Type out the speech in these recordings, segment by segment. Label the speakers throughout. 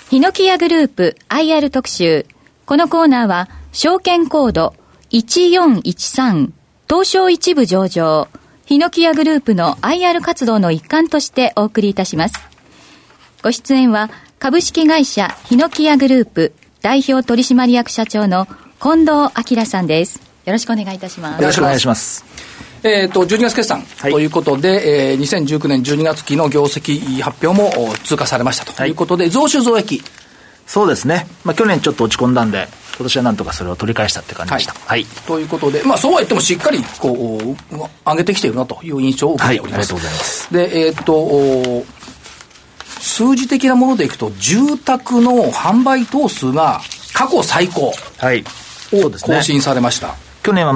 Speaker 1: ヒノキヤグループ IR 特集。このコーナーは証券コード1413東証一部上場ヒノキヤグループの IR 活動の一環としてお送りいたします。ご出演は株式会社ヒノキヤグループ代表取締役社長の近藤明さんです。よろしくお願いいたします。
Speaker 2: よろしくお願いします。
Speaker 3: 12月決算ということで、2019年12月期の業績発表も通過されましたということで、増収増益。
Speaker 2: そうですね。去年ちょっと落ち込んだんで、今年はなんとかそれを取り返したって感じでした。
Speaker 3: はい。ということで、そうは言ってもしっかり上げてきているなという印象を受けております。
Speaker 2: ありがとうございます。
Speaker 3: で、数字的なものでいくと、住宅の販売棟数が過去最高を更新されました。
Speaker 2: 去年は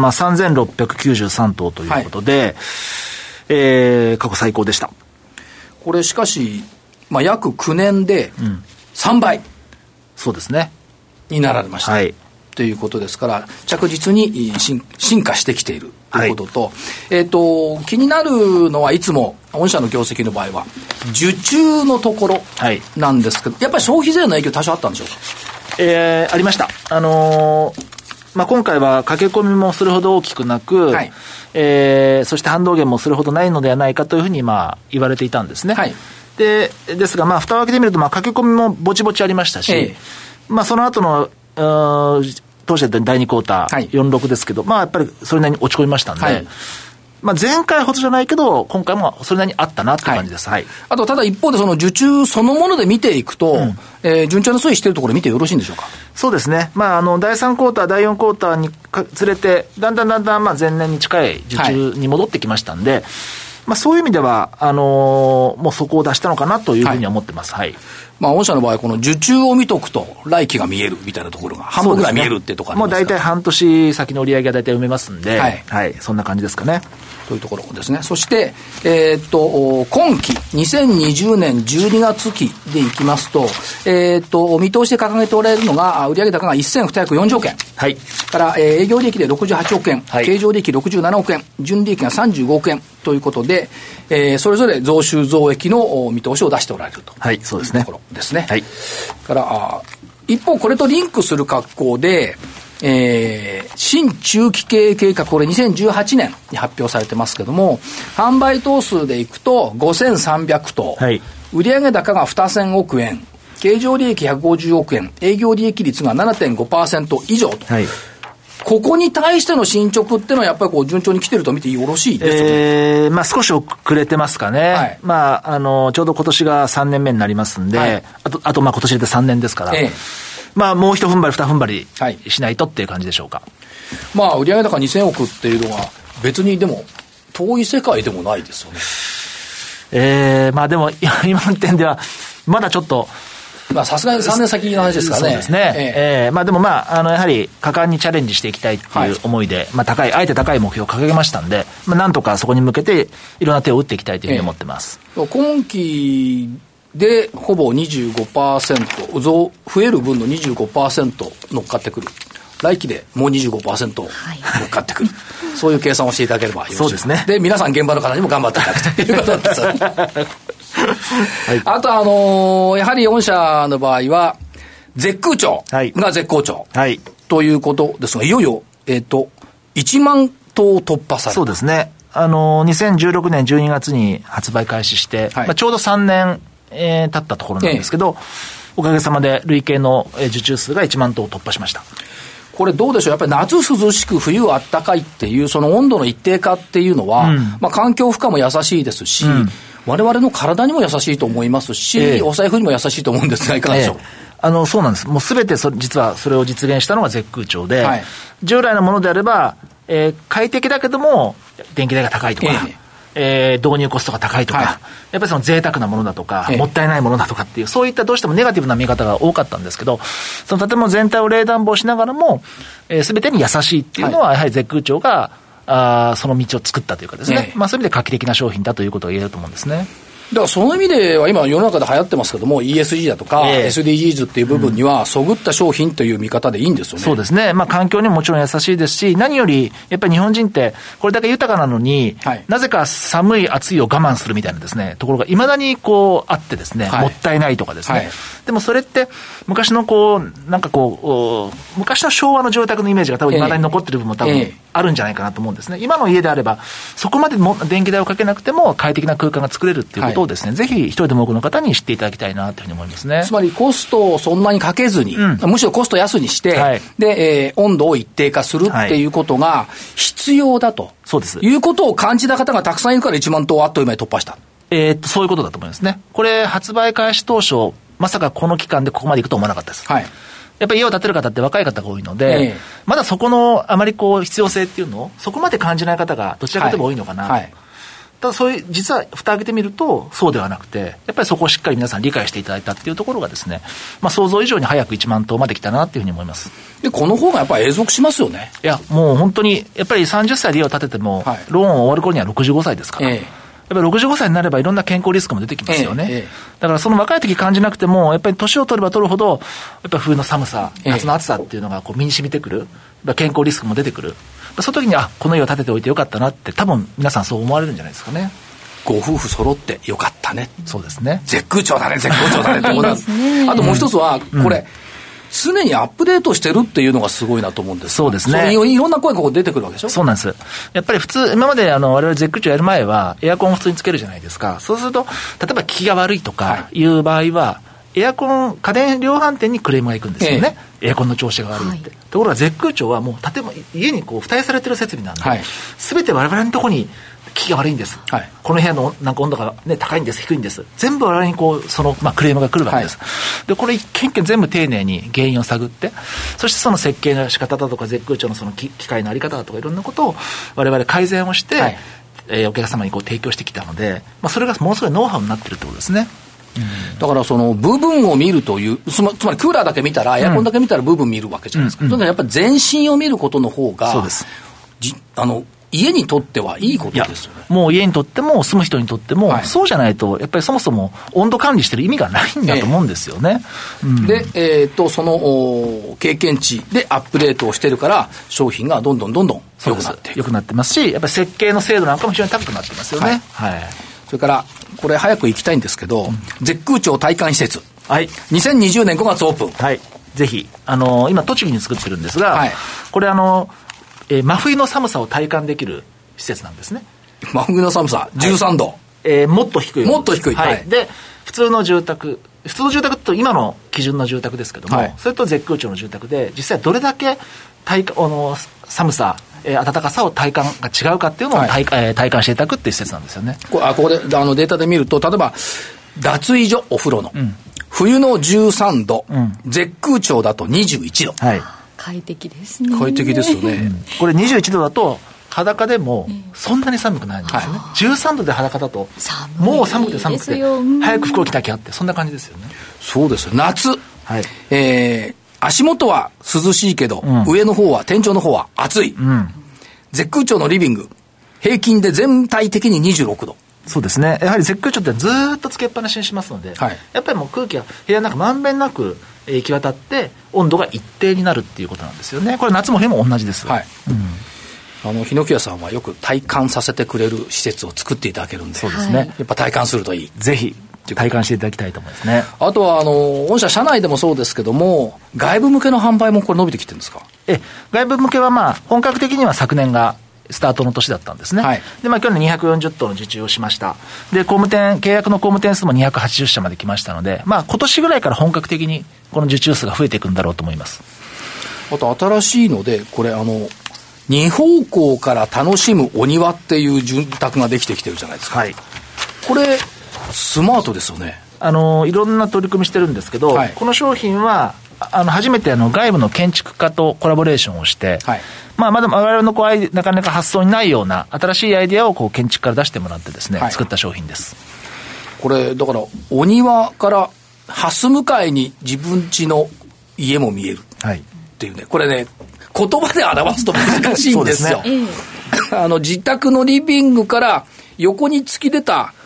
Speaker 2: 3693棟ということで、過去最高でした。
Speaker 3: これしかし、約9年で3倍、
Speaker 2: そうですね
Speaker 3: になられました、ということですから、着実に進化してきているということと、気になるのはいつも御社の業績の場合は受注のところなんですけど、やっぱり消費税の影響多少あったんでしょうか。
Speaker 2: ありました。今回は駆け込みもそれほど大きくなく、そして反動減もそれほどないのではないかというふうに言われていたんですね。ですが蓋を開けてみると駆け込みもぼちぼちありましたし、その後の当社で第2クォーター、46ですけど、やっぱりそれなりに落ち込みましたんで、前回ほどじゃないけど今回もそれなりにあったなって感じです。
Speaker 3: あとただ一方でその受注そのもので見ていくと、順調な推移しているところ見てよろしいんでしょうか。
Speaker 2: そうですね。第3クォーター第4クォーターにつれてだんだん前年に近い受注に戻ってきましたんで、そういう意味ではもう底を出したのかなというふうには思ってます。
Speaker 3: 御社の場合この受注を見とくと来期が見えるみたいなところが半分ぐらい見えるっていうところありますから、
Speaker 2: もう大体半年先の売り上げが大体埋めますんで、そんな感じですかね。
Speaker 3: というところですね。そして、今期2020年12月期でいきますと、見通しで掲げておられるのが売上高が1240億円、から、営業利益で68億円、経常利益67億円、純利益が35億円ということで、それぞれ増収増益の見通しを出しておられるというところですね。から一方これとリンクする格好で、新中期経営計画、これ2018年に発表されてますけども、販売棟数でいくと5300棟、売上高が2000億円、経常利益150億円、営業利益率が 7.5% 以上と、ここに対しての進捗っていうのはやっぱり順調に来てると見てよろしいですか。
Speaker 2: 少し遅れてますかね。ちょうど今年が3年目になりますんで、あと今年で3年ですから、もう一踏ん張り二踏ん張りしないとっていう感じでしょうか。
Speaker 3: 売上高2000億っていうのは別にでも遠い世界でもないですよね。
Speaker 2: でも今の点ではまだちょっと
Speaker 3: さすがに3年先の話ですからね。
Speaker 2: そうですね。でもやはり果敢にチャレンジしていきたいっていう思いで、あえて高い目標を掲げましたんで、なんとかそこに向けていろんな手を打っていきたいというふうに思ってます。
Speaker 3: 今期でほぼ 25% 増える分の 25% 乗っかってくる。来期でもう 25% 乗っかってくる、そういう計算をしていただければよろしい。
Speaker 2: そうですね。
Speaker 3: で皆さん現場の方にも頑張っていただくということですあとやはり御社の場合は絶空調が絶好調、ということですが、いよいよ1万棟突破された。
Speaker 2: そうですね。2016年12月に発売開始して、ちょうど3年経ったところなんですけど、おかげさまで累計の受注数が1万棟を突破しました。
Speaker 3: これどうでしょう。やっぱり夏涼しく冬あったかいっていうその温度の一定化っていうのは、環境負荷も優しいですし、我々の体にも優しいと思いますし、お財布にも優しいと思うんですが、いかがでしょう。
Speaker 2: そうなんです。もうすべて実はそれを実現したのが絶空調で、従来のものであれば、快適だけども電気代が高いとか、導入コストが高いとか、やっぱりその贅沢なものだとか、もったいないものだとかっていう、そういったどうしてもネガティブな見方が多かったんですけど、その建物全体を冷暖房しながらも、全てに優しいっていうのは、やはり絶空調がその道を作ったというかですね、そういう意味で画期的な商品だということが言えると思うんですね。
Speaker 3: だからその意味では今世の中で流行ってますけども ESG だとか、SDGs っていう部分にはそぐった商品という見方でいいんですよね。
Speaker 2: そうですね。環境にももちろん優しいですし、何よりやっぱり日本人ってこれだけ豊かなのに、なぜか寒い暑いを我慢するみたいなですねところが未だにこうあってですね、もったいないとかですね、でもそれって昔の昔の昭和の住宅のイメージが多分未だに残ってる部分も多分あるんじゃないかなと思うんですね。今の家であればそこまで電気代をかけなくても快適な空間が作れるっていうことをですね、ぜひ一人でも多くの方に知っていただきたいなというふうに思いますね。
Speaker 3: つまりコストをそんなにかけずに、むしろコスト安にして、で、温度を一定化するっていうことが必要だと、
Speaker 2: そうです。
Speaker 3: いうことを感じた方がたくさんいるから1万頭をあっという間に突破した。
Speaker 2: そういうことだと思いますね。これ発売開始当初まさかこの期間でここまでいくと思わなかったです。やっぱり家を建てる方って若い方が多いので、まだそこのあまり必要性っていうのをそこまで感じない方がどちらかというと多いのかな。ただそういう実は蓋を開けてみるとそうではなくて、やっぱりそこをしっかり皆さん理解していただいたっていうところがですね、想像以上に早く1万頭まで来たなっていうふうに思います。
Speaker 3: でこの方がやっぱり永続しますよね。
Speaker 2: いやもう本当にやっぱり30歳で家を建てても、ローンを終わる頃には65歳ですから、やっぱり65歳になればいろんな健康リスクも出てきますよね。だからその若い時感じなくてもやっぱり年を取れば取るほどやっぱり冬の寒さ、夏の暑さっていうのが身に染みてくる、健康リスクも出てくる。その時にこの家を建てておいてよかったなって多分皆さんそう思われるんじゃないですかね。
Speaker 3: ご夫婦揃ってよかったね。
Speaker 2: そうですね。
Speaker 3: 絶空調だねってことなんです。あともう一つはこれ、常にアップデートしてるっていうのがすごいなと思うんです。
Speaker 2: そうですね。
Speaker 3: いろんな声がここ出てくるわけでしょ。
Speaker 2: そうなんです。やっぱり普通今まで我々絶空調やる前はエアコンを普通につけるじゃないですか。そうすると例えば効きが悪いとかいう場合は、エアコン家電量販店にクレームが行くんですよね。エアコンの調子が悪いって。ところが絶空調はもう家に付帯されてる設備なんで、全て我々のところに効きが悪いんです、この部屋の温度が、高いんです低いんです全部我々にクレームが来るわけです、でこれ一件一件全部丁寧に原因を探って、そしてその設計の仕方だとか絶空調のその機械の在り方だとかいろんなことを我々改善をして、お客様に提供してきたので、それがものすごいノウハウになっているということですね。
Speaker 3: だからその部分を見るというつまりクーラーだけ見たらエアコンだけ見たら部分見るわけじゃないですか、それからやっぱり全身を見ることの方が
Speaker 2: そうです
Speaker 3: 家にとってはいいことですよね。
Speaker 2: もう家にとっても住む人にとっても、そうじゃないとやっぱりそもそも温度管理してる意味がないんだと思うんですよね、
Speaker 3: で、その経験値でアップデートをしてるから商品がどんどん良くなっている。
Speaker 2: 良くなってますし、やっぱり設計の精度なんかも非常に高くなってますよね。
Speaker 3: それからこれ早く行きたいんですけど、絶空調体感施設、2020年5月オープン、
Speaker 2: ぜひ今栃木に作ってるんですが、これ真冬の寒さを体感できる施設なんですね。
Speaker 3: 真冬の寒さ13度、
Speaker 2: もっと低い、で普通の住宅と今の基準の住宅ですけども、それと絶空調の住宅で実際どれだけ寒さ暖かさを体感が違うかっていうのを体感していただくっていう施設なんですよね。
Speaker 3: ここでデータで見ると、例えば脱衣所お風呂の、冬の13度、絶空調だと21度、
Speaker 1: 快適ですね。
Speaker 3: 快適ですよね、
Speaker 2: これ21度だと裸でもそんなに寒くないんですよね、13度で裸だともう寒くて寒くて早く服を着なきゃってそんな感じですよね。
Speaker 3: そうですよ。夏、足元は涼しいけど、上の方は天井の方は暑い、絶空調のリビング平均で全体的に26度。
Speaker 2: そうですね。やはり絶空調ってずっとつけっぱなしにしますので、やっぱりもう空気が部屋の中まんべんなく行き渡って温度が一定になるっていうことなんですよね。これ夏も冬も同じです。
Speaker 3: 日野木屋さんはよく体感させてくれる施設を作っていただけるんで、
Speaker 2: そうですね、
Speaker 3: やっぱ体感するといい。
Speaker 2: ぜひ体感していただきたいと思いますね。
Speaker 3: あとは御社社内でもそうですけども、外部向けの販売もこれ伸びてきてるんですか？
Speaker 2: 外部向けは本格的には昨年がスタートの年だったんですね。で、去年240棟の受注をしました。で、契約の工務店数も280社まで来ましたので、今年ぐらいから本格的にこの受注数が増えていくんだろうと思います。
Speaker 3: あと新しいので、これ2方向から楽しむお庭っていう住宅ができてきてるじゃないですか。これスマートですよね。
Speaker 2: いろんな取り組みしてるんですけど、この商品は初めて外部の建築家とコラボレーションをして、まだ我々のなかなか発想にないような新しいアイデアを建築から出してもらってですね、作った商品です。
Speaker 3: これだからお庭から蓮向かいに自分家の家も見えるっていうね、これね言葉で表すと難しいんですよ。自宅のリビングから横に突き出た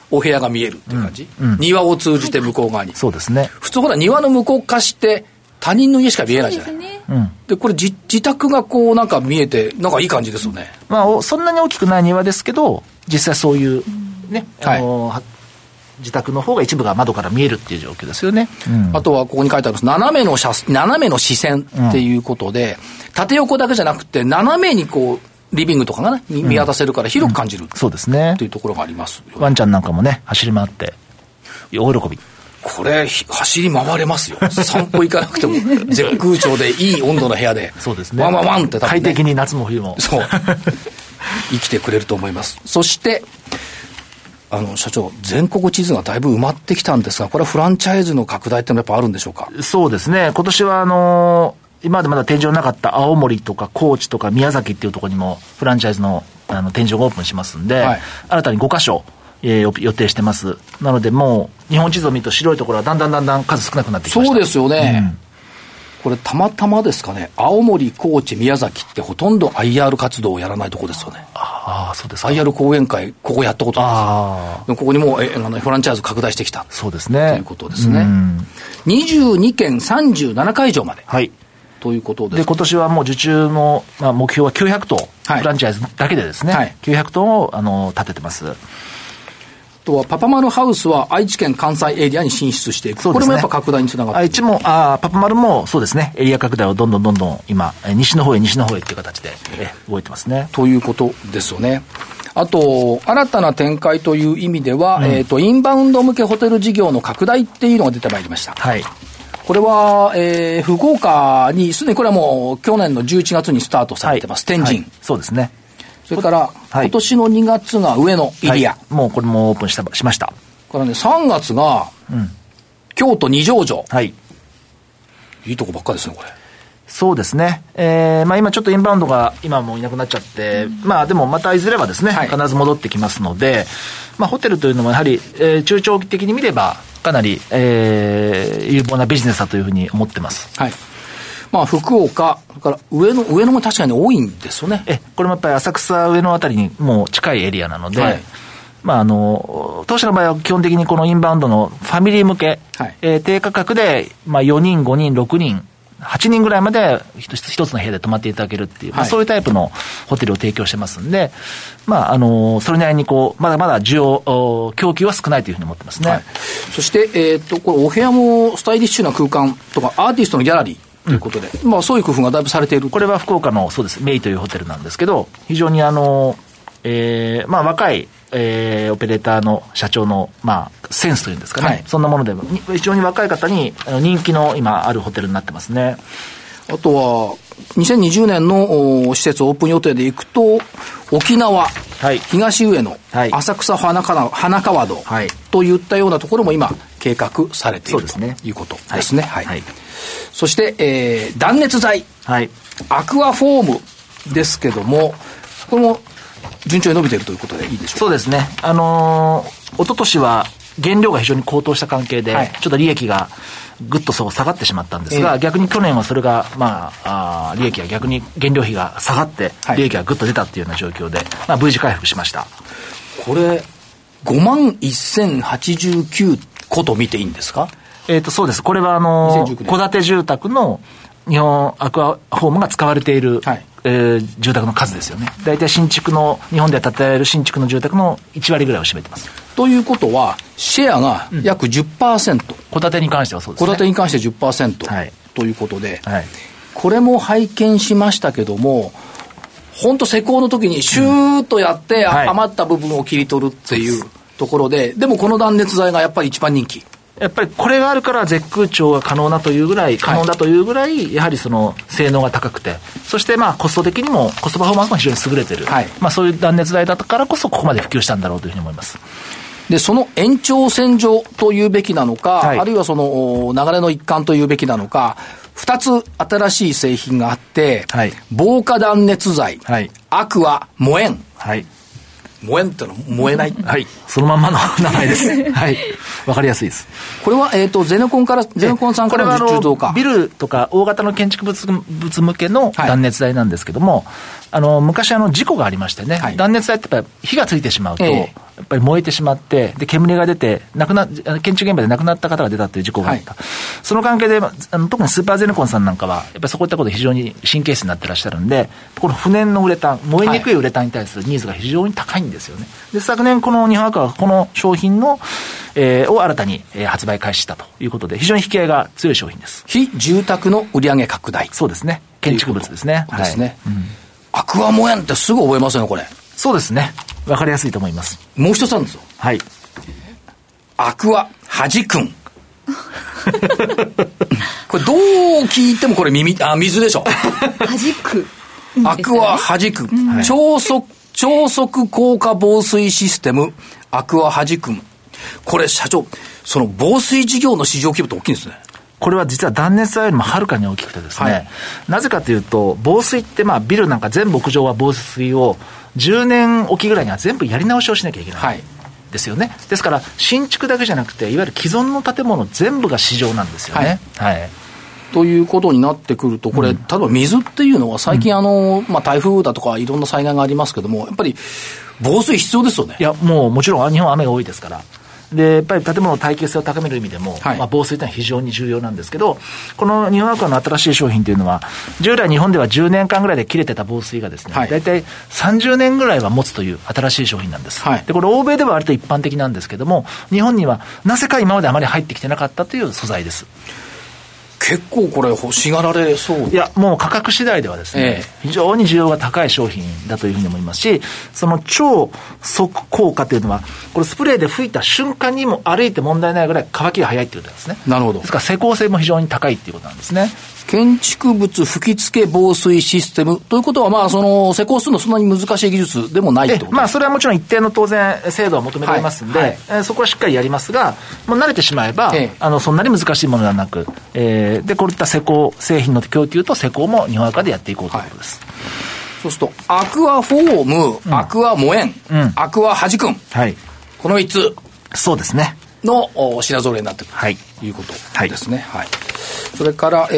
Speaker 3: お部屋が見えるっていう感じ、庭を通じて向こう側に、
Speaker 2: そうですね。
Speaker 3: 普通ほら庭の向こう側って他人の家しか見えないじゃない。そうですね。でこれ自宅がこうなんか見えてなんかいい感じですよね。
Speaker 2: まあそんなに大きくない庭ですけど実際そういうね、自宅の方が一部が窓から見えるっていう状況ですよね。
Speaker 3: あとはここに書いてあるんです。斜めの視線っていうことで、縦横だけじゃなくて斜めにこうリビングとかがね見渡せるから広く感じる、
Speaker 2: そうですね。
Speaker 3: というところがあります。
Speaker 2: ワンちゃんなんかもね走り回って大喜び。
Speaker 3: これ走り回れますよ。散歩行かなくても絶空調でいい温度の部屋で
Speaker 2: そうですね。
Speaker 3: ワンワンワンって多分、ね、
Speaker 2: 快適に夏も冬も
Speaker 3: そう生きてくれると思います。そして社長、全国地図がだいぶ埋まってきたんですが、これはフランチャイズの拡大ってのはやっぱあるんでしょうか。
Speaker 2: そうですね。今年は今までまだ展示のなかった青森とか高知とか宮崎っていうところにもフランチャイズの展示がオープンしますんで、新たに5カ所、予定してます。なのでもう日本地図を見ると白いところはだんだん数少なくなってきました。
Speaker 3: そうですよね。これたまたまですかね。青森、高知、宮崎ってほとんど IR 活動をやらないとこですよね。
Speaker 2: ああ、そうですか。
Speaker 3: IR 講演会ここやったことあるんですよ。ここにもフランチャイズ拡大してきた。
Speaker 2: そうですね。
Speaker 3: ということですね。22件37会場まで。
Speaker 2: はい。
Speaker 3: ということです。
Speaker 2: で、今年はもう受注の、目標は900棟、フランチャイズだけでですね、900棟を立ててます。
Speaker 3: あとはパパマルハウスは愛知県関西エリアに進出していく。これもやっぱ拡大につながっている。
Speaker 2: 愛知もパパマルもそうですね、エリア拡大をどんどん今西の方へっていう形で動いてますね。
Speaker 3: ということですよね。あと新たな展開という意味では、インバウンド向けホテル事業の拡大っていうのが出てまいりました。
Speaker 2: はい。
Speaker 3: これは、福岡にすでにこれはもう去年の11月にスタートされてます、天神、
Speaker 2: そうですね。
Speaker 3: それから、今年の2月が上野エリア、
Speaker 2: もうこれもオープンしました。
Speaker 3: からね、3月が、京都二条城、いいとこばっかですねこれ。
Speaker 2: そうですね。今ちょっとインバウンドが今もういなくなっちゃって、でもまたいずれはですね、必ず戻ってきますので、ホテルというのもやはり、中長期的に見ればかなり、有望なビジネスだというふうに思ってます。はい。
Speaker 3: 福岡、それから上野も確かに多いんですよね。
Speaker 2: これもやっぱり浅草上野あたりにもう近いエリアなので、当社の場合は基本的にこのインバウンドのファミリー向け、低価格で、4人、5人、6人、8人ぐらいまで一つの部屋で泊まっていただけるっていう、そういうタイプのホテルを提供してますんで、それなりにまだまだ供給は少ないというふうに思ってますね。
Speaker 3: そして、これお部屋もスタイリッシュな空間とかアーティストのギャラリーということで、そういう工夫がだいぶされている。
Speaker 2: これは福岡のそうですメイというホテルなんですけど、非常に若い、オペレーターの社長の、センスというんですかね、そんなもので非常に若い方に人気の今あるホテルになってますね。
Speaker 3: あとは2020年の施設オープン予定でいくと沖縄、東上野、浅草花川戸、といったようなところも今計画されているということですね。そして、断熱材、アクアフォームですけども、これも順調に伸びているということでいいでしょうか。
Speaker 2: そうですね。一昨年は原料が非常に高騰した関係で、ちょっと利益がぐっと下がってしまったんですが、逆に去年はそれが、利益が逆に原料費が下がって、利益がぐっと出たっていうような状況で、V 字回復しました。
Speaker 3: これ、51,089個と見ていいんですか？
Speaker 2: そうです。これは戸建て住宅の日本アクアホームが使われている、住宅の数ですよね。大体日本で建てられる新築の住宅の1割ぐらいを占めてます。
Speaker 3: ということはシェアが約 10%、
Speaker 2: 戸建てに関してはそうですね。
Speaker 3: 戸建てに関して 10%、ということで、これも拝見しましたけども、本当施工の時にシューッとやって、余った部分を切り取るっていうところで、でもこの断熱材がやっぱり一番人気。
Speaker 2: やっぱりこれがあるから絶空調が可能だというぐらい、やはりその性能が高くて、そしてコスト的にもコストパフォーマンスも非常に優れている、そういう断熱材だったからこそここまで普及したんだろうというふうに思います。
Speaker 3: でその延長線上というべきなのか、あるいはその流れの一環というべきなのか、2つ新しい製品があって、防火断熱材、アクア燃えん、燃えんってのは燃えない、
Speaker 2: そのまんまの名前ですわかりやすいです。
Speaker 3: これは、ゼネコンさんからの受注増か。
Speaker 2: ビルとか大型の建築物向けの断熱材なんですけども、昔事故がありましてね、断熱材ってやっぱり火がついてしまうと、 やっぱり燃えてしまって、で、煙が出て、建築現場で亡くなった方が出たという事故があった。はい、その関係で、特にスーパーゼネコンさんなんかは、やっぱりそういったことで非常に神経質になってらっしゃるんで、この不燃のウレタン、燃えにくいウレタンに対するニーズが非常に高いんですよね。で、昨年この日本アクアはこの商品の、を新たに発売開始したということで、非常に引き合いが強い商品です。
Speaker 3: 非住宅の売上拡大。
Speaker 2: そうですね。建築物ですね。
Speaker 3: ですね。はい、アクアモエンってすぐ覚えますよね、これ。
Speaker 2: そうですね。わかりやすいと思います。
Speaker 3: もう一つあるんですよ。
Speaker 2: はい。
Speaker 3: アクアはじくん。これどう聞いてもこれ水でしょ。
Speaker 1: はじく。
Speaker 3: アクアはじく。超速効果防水システム、アクアはじくん。これ社長、その防水事業の市場規模って大きいんですね。
Speaker 2: これは実は断熱材よりもはるかに大きくてですね、はい、なぜかというと、防水ってビルなんか全部屋上は防水を10年おきぐらいには全部やり直しをしなきゃいけない。はい、ですよね。ですから新築だけじゃなくて、いわゆる既存の建物全部が市場なんですよね。はい。はい、
Speaker 3: ということになってくると、これ、例えば水っていうのは最近台風だとかいろんな災害がありますけども、やっぱり防水必要ですよね。
Speaker 2: いや、もちろん日本は雨が多いですから。で、やっぱり建物の耐久性を高める意味でも、はい、防水というのは非常に重要なんですけど、この日本アクアの新しい商品というのは、従来日本では10年間ぐらいで切れてた防水がですね、はい、大体30年ぐらいは持つという新しい商品なんです。はい、で、これ欧米では割と一般的なんですけども、日本にはなぜか今まであまり入ってきてなかったという素材です。
Speaker 3: 結構これ欲しがられそう。
Speaker 2: いや、もう価格次第ではですね、非常に需要が高い商品だというふうに思いますし、その超速効果というのは、これスプレーで吹いた瞬間にも歩いて問題ないぐらい乾きが早いということですね。
Speaker 3: なるほど。
Speaker 2: ですから施工性も非常に高いということなんですね。
Speaker 3: 建築物吹き付け防水システムということは、その施工するのそんなに難しい技術でもないということですか。
Speaker 2: それはもちろん一定の当然精度は求められますので、はいはい、そこはしっかりやりますが、もう慣れてしまえば、そんなに難しいものではなく、でこういった施工製品の供給と施工も日本アクアでやっていこうということです。はい、
Speaker 3: そうするとアクアフォーム、アクアモエン、アクアはじくん、はい、この3つ
Speaker 2: そうですね
Speaker 3: の品揃えになってくる、はい、ということですね。はい、それから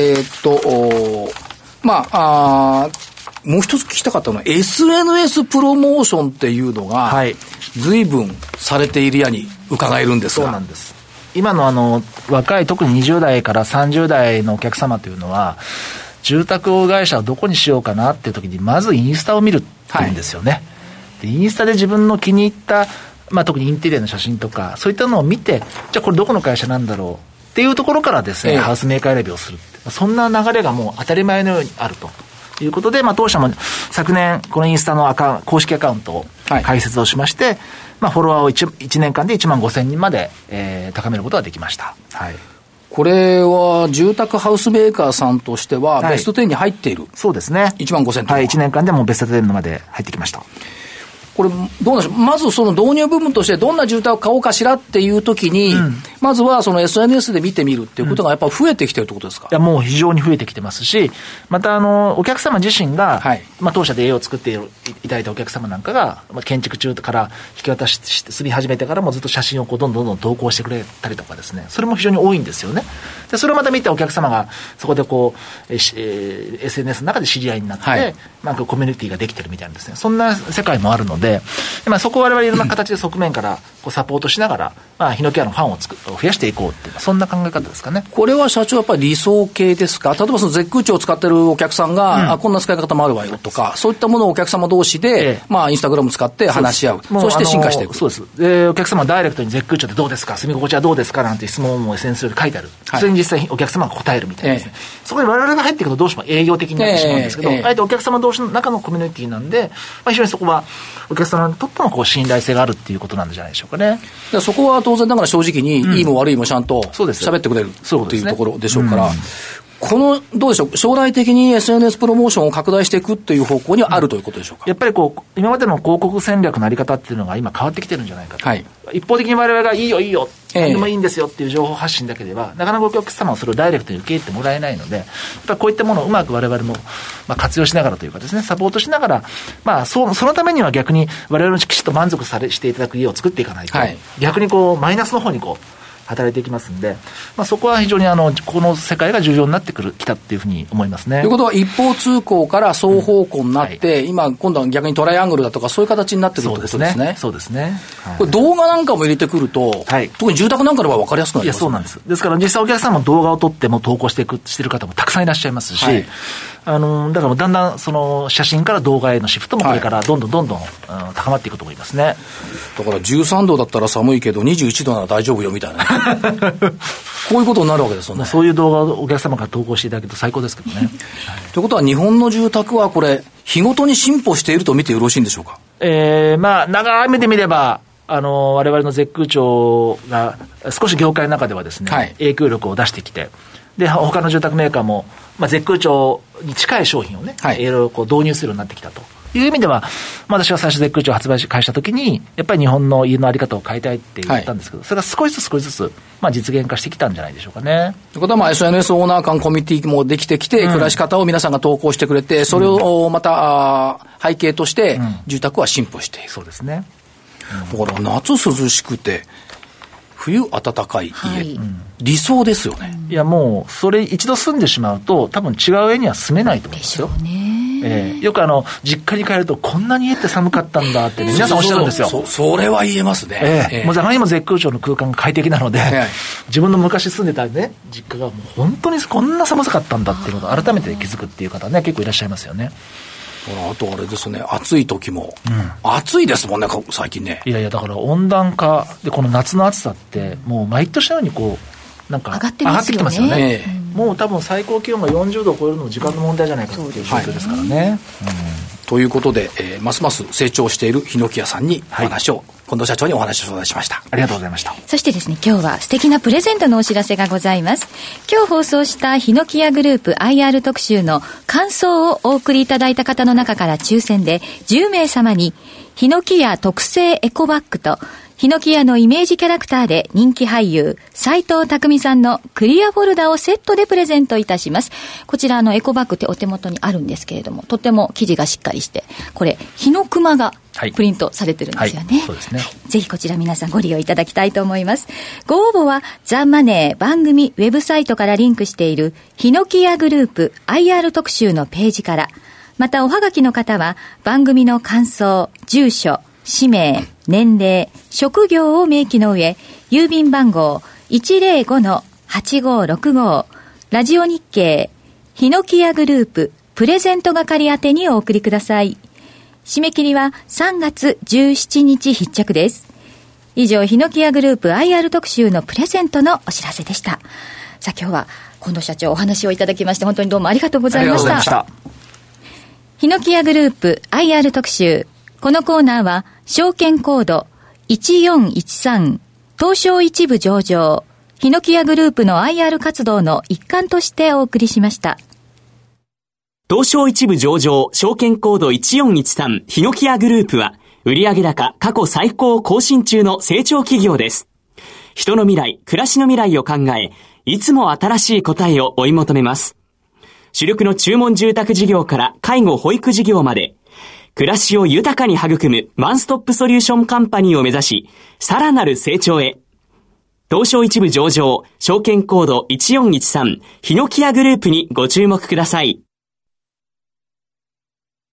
Speaker 3: もう一つ聞きたかったのは SNS プロモーションっていうのが随分されているやに伺えるんですが。
Speaker 2: そうなんです。今の若い特に20代から30代のお客様というのは住宅会社をどこにしようかなっていう時にまずインスタを見るっていうんですよね。はい、でインスタで自分の気に入った特にインテリアの写真とかそういったのを見て、じゃあこれどこの会社なんだろうっていうところからですね、ハウスメーカー選びをする、そんな流れがもう当たり前のようにあるということで、当社も昨年このインスタの公式アカウントを開設をしまして、フォロワーを 1年間で1万5000人まで、高めることができました。はい、
Speaker 3: これは住宅ハウスメーカーさんとしてはベスト10に入っている、
Speaker 2: そうですね。
Speaker 3: 1万5000と
Speaker 2: はい、1年間でもベスト10まで入ってきました。
Speaker 3: これどうなんでしょう。まずその導入部分としてどんな住宅を買おうかしらっていう時に、まずはその SNS で見てみるっていうことがやっぱ増えてきてるってことですか。
Speaker 2: いや、もう非常に増えてきてますし、またお客様自身が、はい、当社で家を作っていただいたお客様なんかが、建築中から引き渡し住み始めてからもずっと写真をどんどん投稿してくれたりとかですね、それも非常に多いんですよね。でそれをまた見てお客様がそこでSNS の中で知り合いになって、はい、コミュニティができてるみたいなですね、そんな世界もあるので、そこを我々いろんな形で側面からサポートしながら、ヒノキ屋のファンを増やしていこうっていう、そんな考え方ですかね。
Speaker 3: これは社長やっぱり理想形ですか。例えばその絶空調を使ってるお客さんが、こんな使い方もあるわよとか、そういったものをお客様同士で、インスタグラム使って話し合う。そして進化していく。
Speaker 2: そうです。で、お客様はダイレクトに絶空調ってどうですか、住み心地はどうですかなんて質問も SNS で書いてある。それに実際お客様が答えるみたいなですね。そこに我々が入っていくとどうしても営業的になってしまうんですけど、あえてお客様同士の中のコミュニティなんで、非常にそこはお客様にとっても信頼性があるっていうことなんじゃないでしょうかね。
Speaker 3: そこは当然ながら正直に、いいも悪いもちゃんと喋ってくれるっていうところでしょうから、どうでしょう、将来的に SNS プロモーションを拡大していくっていう方向にはあるということでしょうか。
Speaker 2: やっぱり今までの広告戦略のあり方っていうのが今変わってきてるんじゃないかと。はい、一方的に我々がいいよいいよ、何でもいいんですよっていう情報発信だけでは、なかなかお客様はそれをダイレクトに受け入れてもらえないので、やっぱりこういったものをうまく我々も活用しながらというかですね、サポートしながら、そのためには逆に我々のきちっと満足していただく家を作っていかないと、はい、逆にマイナスの方に働いていきますんで、そこは非常にこの世界が重要になってきたっていうふうに思いますね。
Speaker 3: ということは一方通行から双方向になって、今今度は逆にトライアングルだとかそういう形になってくるってことですね。
Speaker 2: そうですね。
Speaker 3: これ動画なんかも入れてくると、特に住宅なんかでは分かりやすくなりますね。
Speaker 2: いや、そうなんです。ですから実際お客さんも動画を撮っても投稿してる方もたくさんいらっしゃいますし、だからだんだんその写真から動画へのシフトもこれからどんどん高まっていくと思いますね。
Speaker 3: だから13度だったら寒いけど21度なら大丈夫よみたいなこういうことになるわけですよね。
Speaker 2: そういう動画をお客様から投稿していただけると最高ですけどね。
Speaker 3: ということは日本の住宅はこれ日ごとに進歩していると見てよろしいんでしょうか。
Speaker 2: 長い目で見れば我々の絶空調が少し業界の中ではですね、影響力を出してきて、で他の住宅メーカーも、絶空調に近い商品をね、いろいろ導入するようになってきたという意味では、私は最初絶空調を発売開始したときにやっぱり日本の家の在り方を変えたいって言ったんですけど、それが少しずつ実現化してきたんじゃないでしょうかね。
Speaker 3: ということはSNS オーナー間コミュニティもできてきて、暮らし方を皆さんが投稿してくれて、それをまた背景として住宅は進歩している。
Speaker 2: そうですね。
Speaker 3: だから夏涼しくて冬暖かい家、理想ですよね。
Speaker 2: いやもうそれ一度住んでしまうと多分違う家には住めないと思うんですよ。よく実家に帰るとこんなに家って寒かったんだって、皆さんおっしゃるんですよ。
Speaker 3: それは言えますね。
Speaker 2: もうあまりにも絶空調の空間が快適なので、自分の昔住んでたね実家がもう本当にこんな寒かったんだっていうことを改めて気づくっていう方ね結構いらっしゃいますよね。
Speaker 3: あとあれですね、暑い時も、暑いですもんね最近ね。
Speaker 2: いやだから温暖化でこの夏の暑さってもう毎年のようになんか上がってきてますよね。もう多分最高気温が40度を超えるのも時間の問題じゃないかという状況ですからね。
Speaker 3: ということで、ますます成長しているヒノキヤさんにお話を、近藤社長にお話を相談しました。
Speaker 2: ありがとうございました。
Speaker 1: そしてですね、今日は素敵なプレゼントのお知らせがございます。今日放送したヒノキヤグループ IR 特集の感想をお送りいただいた方の中から抽選で10名様にヒノキヤ特製エコバッグとヒノキヤのイメージキャラクターで人気俳優斉藤匠さんのクリアフォルダをセットでプレゼントいたします。こちらエコバッグってお手元にあるんですけれども、とても生地がしっかりして、これヒノクマがプリントされてるんですよね。
Speaker 2: そうですね。
Speaker 1: ぜひこちら皆さんご利用いただきたいと思います。ご応募はザ・マネー番組ウェブサイトからリンクしているヒノキヤグループ IR 特集のページから、またおはがきの方は番組の感想、住所、氏名、年齢、職業を明記の上、郵便番号 105-8565 ラジオ日経ヒノキヤグループプレゼント係宛てにお送りください。締め切りは3月17日必着です。以上、ヒノキヤグループ IR 特集のプレゼントのお知らせでした。さあ今日は近藤社長お話をいただきまして本当にどうもありがとうございました。ありがとうございました。ヒノキヤグループ IR 特集、このコーナーは証券コード1413東証一部上場ヒノキヤグループの IR 活動の一環としてお送りしました。
Speaker 4: 東証一部上場証券コード1413ヒノキヤグループは売上高過去最高を更新中の成長企業です。人の未来、暮らしの未来を考え、いつも新しい答えを追い求めます。主力の注文住宅事業から介護保育事業まで、暮らしを豊かに育むワンストップソリューションカンパニーを目指し、さらなる成長へ。東証一部上場、証券コード1413、ヒノキヤグループにご注目ください。